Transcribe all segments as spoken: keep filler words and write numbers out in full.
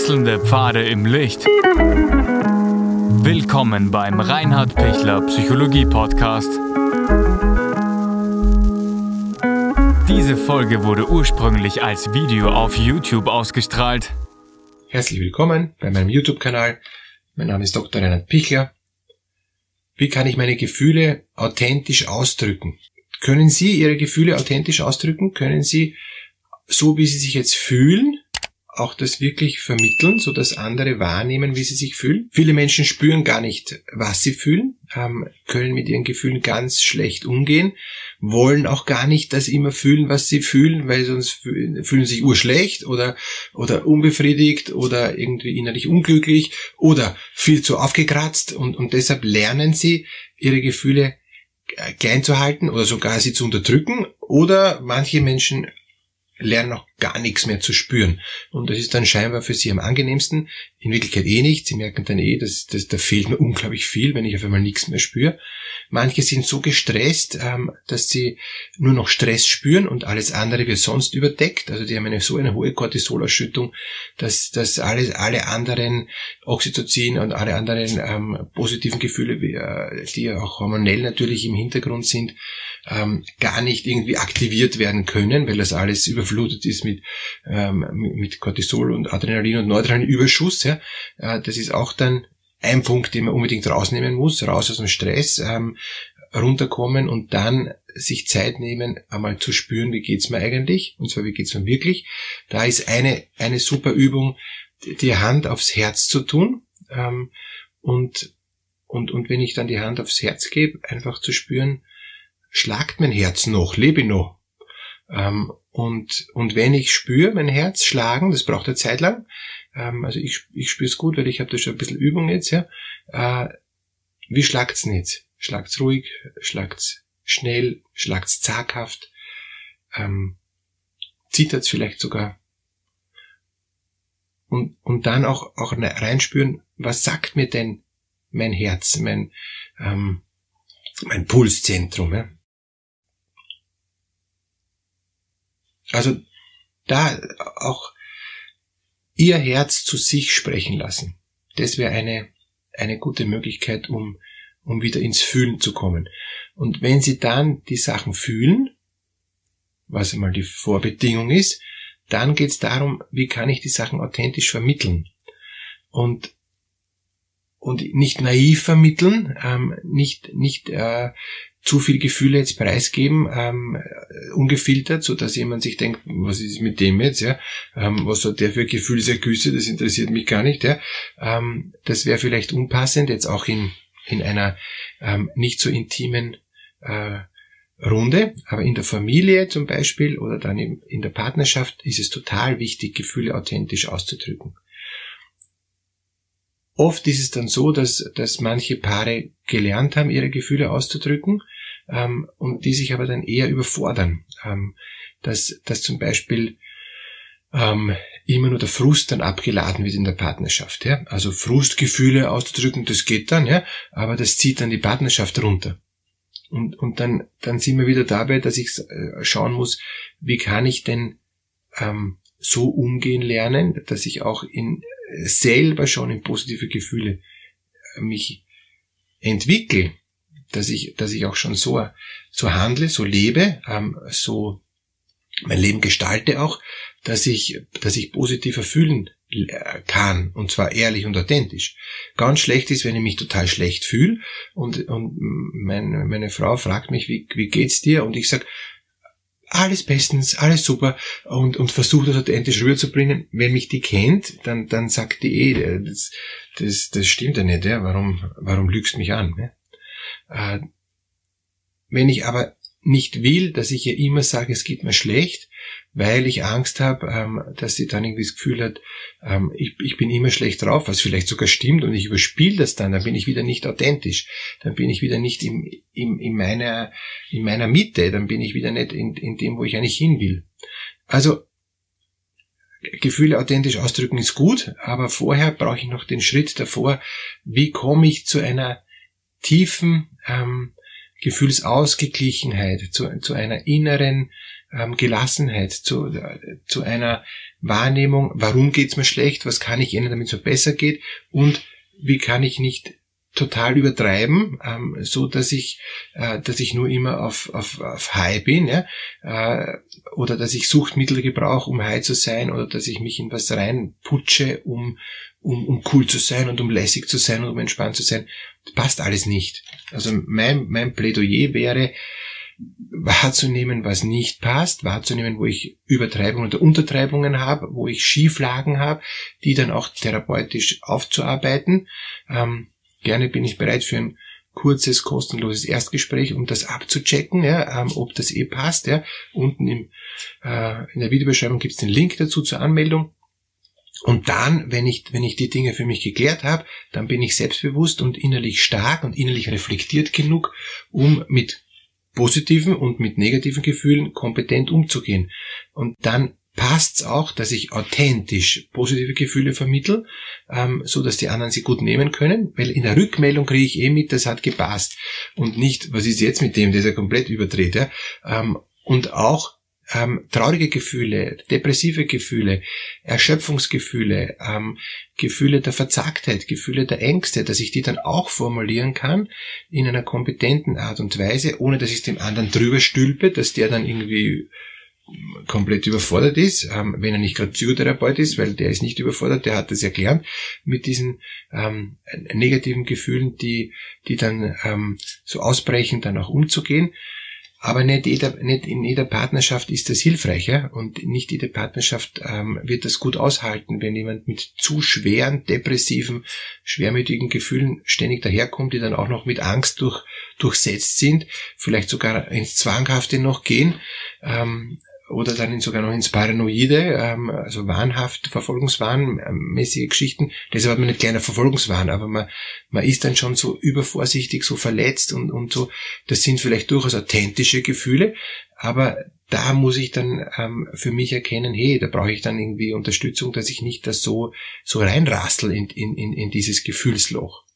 Wechselnde Pfade im Licht. Willkommen beim Reinhard Pichler Psychologie Podcast. Diese Folge wurde ursprünglich als Video auf YouTube ausgestrahlt. Herzlich willkommen bei meinem YouTube-Kanal. Mein Name ist Doktor Reinhard Pichler. Wie kann ich meine Gefühle authentisch ausdrücken? Können Sie Ihre Gefühle authentisch ausdrücken? Können Sie, so wie Sie sich jetzt fühlen, auch das wirklich vermitteln, so dass andere wahrnehmen, wie sie sich fühlen? Viele Menschen spüren gar nicht, was sie fühlen, ähm, können mit ihren Gefühlen ganz schlecht umgehen, wollen auch gar nicht das immer fühlen, was sie fühlen, weil sonst fühlen, fühlen sich urschlecht oder, oder unbefriedigt oder irgendwie innerlich unglücklich oder viel zu aufgekratzt und, und deshalb lernen sie, ihre Gefühle klein zu halten oder sogar sie zu unterdrücken, oder manche Menschen lernen auch gar nichts mehr zu spüren. Und das ist dann scheinbar für sie am angenehmsten. In Wirklichkeit eh nicht. Sie merken dann eh, dass, dass da fehlt mir unglaublich viel, wenn ich auf einmal nichts mehr spüre. Manche sind so gestresst, ähm, dass sie nur noch Stress spüren und alles andere wird sonst überdeckt. Also die haben eine so eine hohe Cortisolausschüttung, dass, dass alle, alle anderen Oxytocin und alle anderen ähm, positiven Gefühle, äh, die ja auch hormonell natürlich im Hintergrund sind, ähm, gar nicht irgendwie aktiviert werden können, weil das alles überflutet ist mit, ähm, mit Cortisol und Adrenalin und Noradrenalinüberschuss. Ja. Äh, das ist auch dann ein Punkt, den man unbedingt rausnehmen muss, raus aus dem Stress, ähm, runterkommen und dann sich Zeit nehmen, einmal zu spüren, wie geht's mir eigentlich, und zwar wie geht's mir wirklich. Da ist eine eine super Übung, die Hand aufs Herz zu tun, ähm, und und und wenn ich dann die Hand aufs Herz gebe, einfach zu spüren, schlagt mein Herz noch, lebe ich noch. Ähm, und und wenn ich spüre mein Herz schlagen, das braucht eine Zeit lang, ähm, also ich ich spüre es gut, weil ich habe da schon ein bisschen Übung jetzt, ja. Äh, wie schlagt's denn jetzt? Schlagt's ruhig, schlagt's schnell, schlagt's zaghaft, ähm, zittert's vielleicht sogar. Und und dann auch auch reinspüren, was sagt mir denn mein Herz, mein ähm, mein Pulszentrum, ja? Also da auch Ihr Herz zu sich sprechen lassen. Das wäre eine eine gute Möglichkeit, um um wieder ins Fühlen zu kommen. Und wenn Sie dann die Sachen fühlen, was einmal die Vorbedingung ist, dann geht es darum, wie kann ich die Sachen authentisch vermitteln. Und und nicht naiv vermitteln, ähm, nicht nicht äh, zu viel Gefühle jetzt preisgeben, ähm, ungefiltert, so dass jemand sich denkt, was ist mit dem jetzt, ja, ähm, was hat der für Gefühlsergüsse, das interessiert mich gar nicht, ja, ähm, das wäre vielleicht unpassend, jetzt auch in in einer ähm, nicht so intimen äh, Runde, aber in der Familie zum Beispiel oder dann in, in der Partnerschaft ist es total wichtig, Gefühle authentisch auszudrücken. Oft ist es dann so, dass, dass manche Paare gelernt haben, ihre Gefühle auszudrücken, ähm, und die sich aber dann eher überfordern. Ähm, dass, dass zum Beispiel ähm, immer nur der Frust dann abgeladen wird in der Partnerschaft. Ja? Also Frustgefühle auszudrücken, das geht dann, ja, aber das zieht dann die Partnerschaft runter. Und, und dann, dann sind wir wieder dabei, dass ich äh, schauen muss, wie kann ich denn ähm, so umgehen lernen, dass ich auch in selber schon in positive Gefühle mich entwickle, dass ich, dass ich auch schon so, so handle, so lebe, ähm, so mein Leben gestalte auch, dass ich, dass ich positiver fühlen kann, und zwar ehrlich und authentisch. Ganz schlecht ist, wenn ich mich total schlecht fühle und, und mein, meine Frau fragt mich, wie, wie geht's dir? Und ich sag, alles bestens, alles super, und, und versuche das authentisch rüberzubringen. Wenn mich die kennt, dann, dann sagt die eh, das, das, das stimmt ja nicht, ja, warum, warum lügst du mich an, ne? Äh, wenn ich aber nicht will, dass ich ihr immer sage, es geht mir schlecht, weil ich Angst habe, ähm, dass sie dann irgendwie das Gefühl hat, ähm, ich, ich bin immer schlecht drauf, was vielleicht sogar stimmt, und ich überspiele das dann, dann bin ich wieder nicht authentisch, dann bin ich wieder nicht im, im, in meiner, in meiner Mitte, dann bin ich wieder nicht in, in dem, wo ich eigentlich hin will. Also Gefühle authentisch ausdrücken ist gut, aber vorher brauche ich noch den Schritt davor, wie komme ich zu einer tiefen ähm, Gefühlsausgeglichenheit, zu, zu einer inneren ähm, Gelassenheit, zu, äh, zu einer Wahrnehmung, warum geht's mir schlecht, was kann ich ändern, damit es mir besser geht und wie kann ich nicht total übertreiben, ähm, so dass ich, äh, dass ich nur immer auf, auf, auf High bin, ja, äh, oder dass ich Suchtmittel gebrauche, um high zu sein, oder dass ich mich in was reinputsche, um, um, um cool zu sein und um lässig zu sein und um entspannt zu sein. Das passt alles nicht. Also mein, mein Plädoyer wäre, wahrzunehmen, was nicht passt, wahrzunehmen, wo ich Übertreibungen oder Untertreibungen habe, wo ich Schieflagen habe, die dann auch therapeutisch aufzuarbeiten. Ähm, Gerne bin ich bereit für ein kurzes, kostenloses Erstgespräch, um das abzuchecken, ja, ähm, ob das eh passt. Ja. Unten im, äh, in der Videobeschreibung gibt es den Link dazu zur Anmeldung. Und dann, wenn ich, wenn ich die Dinge für mich geklärt habe, dann bin ich selbstbewusst und innerlich stark und innerlich reflektiert genug, um mit positiven und mit negativen Gefühlen kompetent umzugehen. Und dann passt's auch, dass ich authentisch positive Gefühle vermittle, ähm, so dass die anderen sie gut nehmen können, weil in der Rückmeldung kriege ich eh mit, das hat gepasst und nicht, was ist jetzt mit dem, der ist ja komplett überdreht, ja? Ähm, und auch ähm, traurige Gefühle, depressive Gefühle, Erschöpfungsgefühle, ähm, Gefühle der Verzagtheit, Gefühle der Ängste, dass ich die dann auch formulieren kann in einer kompetenten Art und Weise, ohne dass ich es dem anderen drüber stülpe, dass der dann irgendwie komplett überfordert ist, ähm, wenn er nicht gerade Psychotherapeut ist, weil der ist nicht überfordert, der hat das erklärt, mit diesen ähm, negativen Gefühlen, die die dann ähm, so ausbrechen, dann auch umzugehen. Aber nicht, jeder, nicht in jeder Partnerschaft ist das hilfreich, ja? Und nicht jede Partnerschaft ähm, wird das gut aushalten, wenn jemand mit zu schweren, depressiven, schwermütigen Gefühlen ständig daherkommt, die dann auch noch mit Angst durch, durchsetzt sind, vielleicht sogar ins Zwanghafte noch gehen, ähm, oder dann sogar noch ins Paranoide, ähm, also wahnhaft, verfolgungswahnmäßige Geschichten. Deshalb hat man nicht kleiner Verfolgungswahn, aber man, man ist dann schon so übervorsichtig, so verletzt und, und so. Das sind vielleicht durchaus authentische Gefühle, aber da muss ich dann ähm, für mich erkennen, hey, da brauche ich dann irgendwie Unterstützung, dass ich nicht das so, so reinrassel in, in, in, in dieses Gefühlsloch.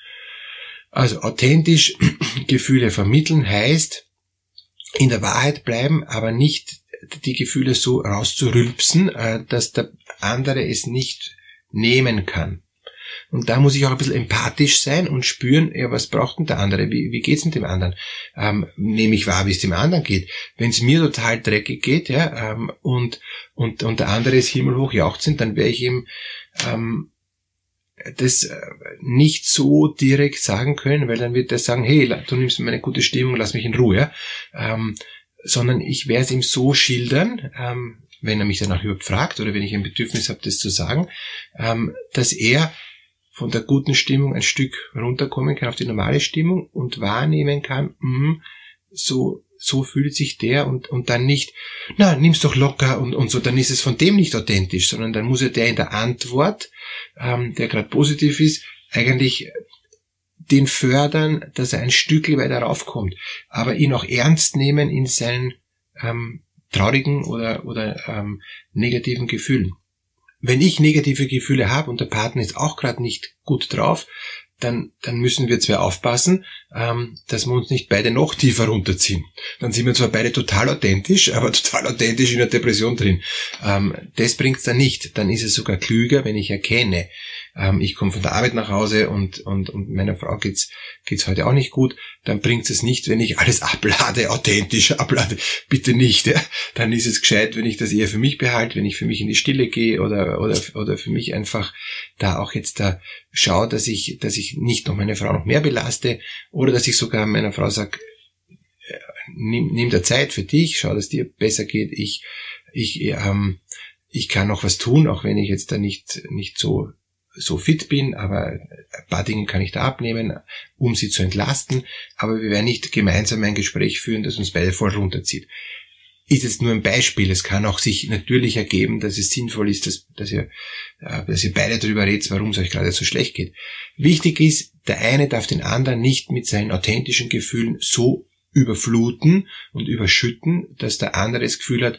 Also authentisch Gefühle vermitteln heißt, in der Wahrheit bleiben, aber nicht die Gefühle so rauszurülpsen, dass der andere es nicht nehmen kann. Und da muss ich auch ein bisschen empathisch sein und spüren, ja, was braucht denn der andere? Wie, wie geht's denn dem anderen? Ähm, nehme ich wahr, wie es dem anderen geht? Wenn es mir total dreckig geht, ja, ähm, und, und, und der andere ist himmelhoch jauchzend, dann werde ich ihm ähm, das nicht so direkt sagen können, weil dann wird er sagen, hey, du nimmst meine gute Stimmung, lass mich in Ruhe, ja? ähm, sondern ich werde es ihm so schildern, ähm, wenn er mich danach überhaupt fragt oder wenn ich ein Bedürfnis habe, das zu sagen, ähm, dass er von der guten Stimmung ein Stück runterkommen kann auf die normale Stimmung und wahrnehmen kann, mh, so so fühlt sich der und und dann nicht, na, nimm's doch locker und und so, dann ist es von dem nicht authentisch, sondern dann muss er der in der Antwort, ähm, der gerade positiv ist, eigentlich den fördern, dass er ein Stück weiter raufkommt, aber ihn auch ernst nehmen in seinen ähm, traurigen oder oder ähm, negativen Gefühlen. Wenn ich negative Gefühle habe und der Partner ist auch gerade nicht gut drauf, dann dann müssen wir zwar aufpassen, ähm, dass wir uns nicht beide noch tiefer runterziehen. Dann sind wir zwar beide total authentisch, aber total authentisch in der Depression drin. Ähm, das bringt's dann nicht. Dann ist es sogar klüger, wenn ich erkenne, ähm, ich komme von der Arbeit nach Hause und und und meiner Frau geht's geht's heute auch nicht gut. Dann bringt's es nicht, wenn ich alles ablade, authentisch ablade. Bitte nicht. Ja? Dann ist es gescheit, wenn ich das eher für mich behalte, wenn ich für mich in die Stille gehe oder oder oder für mich einfach da auch jetzt da schaue, dass ich dass ich nicht noch meine Frau noch mehr belaste oder dass ich sogar meiner Frau sage, nimm, nimm dir Zeit für dich, schau, dass dir besser geht. Ich ich ähm, ich kann noch was tun, auch wenn ich jetzt da nicht nicht so so fit bin, aber ein paar Dinge kann ich da abnehmen, um sie zu entlasten. Aber wir werden nicht gemeinsam ein Gespräch führen, das uns beide voll runterzieht. Ist jetzt nur ein Beispiel. Es kann auch sich natürlich ergeben, dass es sinnvoll ist, dass, dass ihr, dass ihr beide darüber redet, warum es euch gerade so schlecht geht. Wichtig ist, der eine darf den anderen nicht mit seinen authentischen Gefühlen so überfluten und überschütten, dass der andere das Gefühl hat,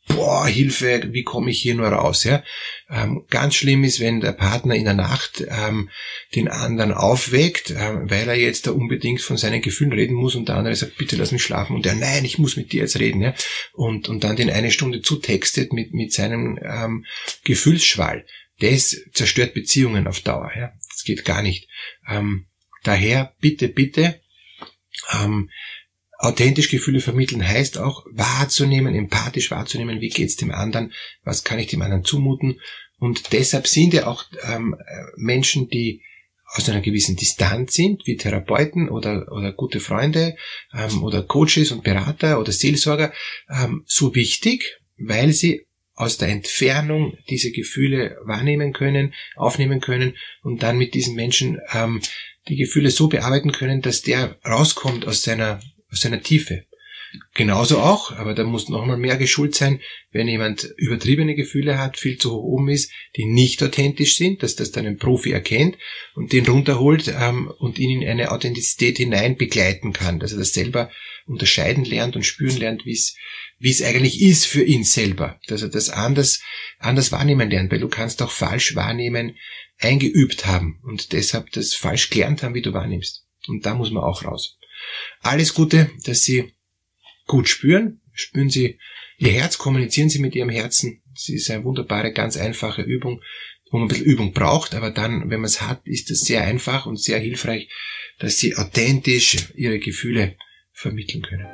boah, Hilfe, wie komme ich hier nur raus? Ja? Ähm, ganz schlimm ist, wenn der Partner in der Nacht ähm, den anderen aufweckt, ähm, weil er jetzt da unbedingt von seinen Gefühlen reden muss und der andere sagt, bitte lass mich schlafen und der, nein, ich muss mit dir jetzt reden. Ja? Und, und dann den eine Stunde zutextet mit, mit seinem ähm, Gefühlsschwall. Das zerstört Beziehungen auf Dauer. Ja? Das geht gar nicht. Ähm, daher bitte, bitte, ähm, authentisch Gefühle vermitteln heißt auch wahrzunehmen, empathisch wahrzunehmen, wie geht's dem anderen, was kann ich dem anderen zumuten. Und deshalb sind ja auch ähm, Menschen, die aus einer gewissen Distanz sind, wie Therapeuten oder, oder gute Freunde ähm, oder Coaches und Berater oder Seelsorger, ähm, so wichtig, weil sie aus der Entfernung diese Gefühle wahrnehmen können, aufnehmen können und dann mit diesen Menschen ähm, die Gefühle so bearbeiten können, dass der rauskommt aus seiner aus seiner Tiefe. Genauso auch, aber da muss noch mal mehr geschult sein, wenn jemand übertriebene Gefühle hat, viel zu hoch oben ist, die nicht authentisch sind, dass das dann ein Profi erkennt und den runterholt ähm, und ihn in eine Authentizität hinein begleiten kann, dass er das selber unterscheiden lernt und spüren lernt, wie es wie es eigentlich ist für ihn selber, dass er das anders anders wahrnehmen lernt, weil du kannst auch falsch wahrnehmen eingeübt haben und deshalb das falsch gelernt haben, wie du wahrnimmst. Und da muss man auch raus. Alles Gute, dass Sie gut spüren. Spüren Sie Ihr Herz, kommunizieren Sie mit Ihrem Herzen. Es ist eine wunderbare, ganz einfache Übung, wo man ein bisschen Übung braucht, aber dann, wenn man es hat, ist es sehr einfach und sehr hilfreich, dass Sie authentisch Ihre Gefühle vermitteln können.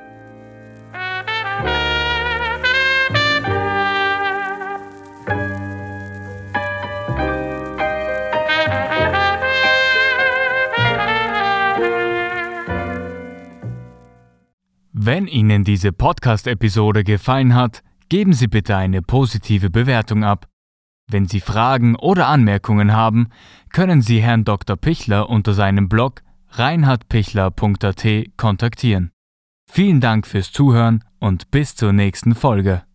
Wenn Ihnen diese Podcast-Episode gefallen hat, geben Sie bitte eine positive Bewertung ab. Wenn Sie Fragen oder Anmerkungen haben, können Sie Herrn Doktor Pichler unter seinem Blog reinhard pichler punkt a t kontaktieren. Vielen Dank fürs Zuhören und bis zur nächsten Folge.